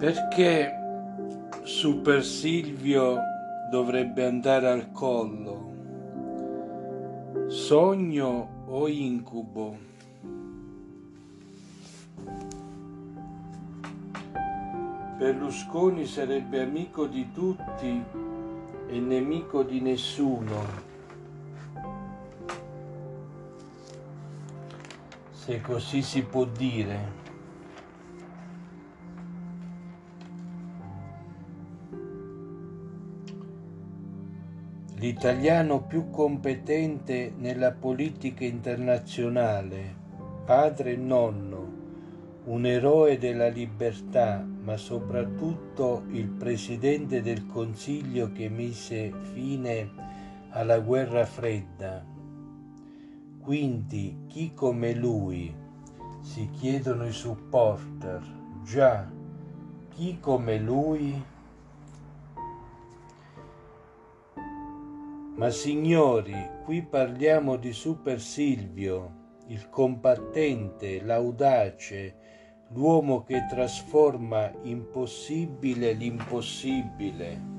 Perché Super Silvio dovrebbe andare al collo? Sogno o incubo? Berlusconi sarebbe amico di tutti e nemico di nessuno, se così si può dire. L'italiano più competente nella politica internazionale, padre e nonno, un eroe della libertà, ma soprattutto il presidente del Consiglio che mise fine alla guerra fredda. Quindi chi come lui, si chiedono i supporter, già, chi come lui? Ma signori, qui parliamo di Super Silvio, il combattente, l'audace, l'uomo che trasforma impossibile l'impossibile.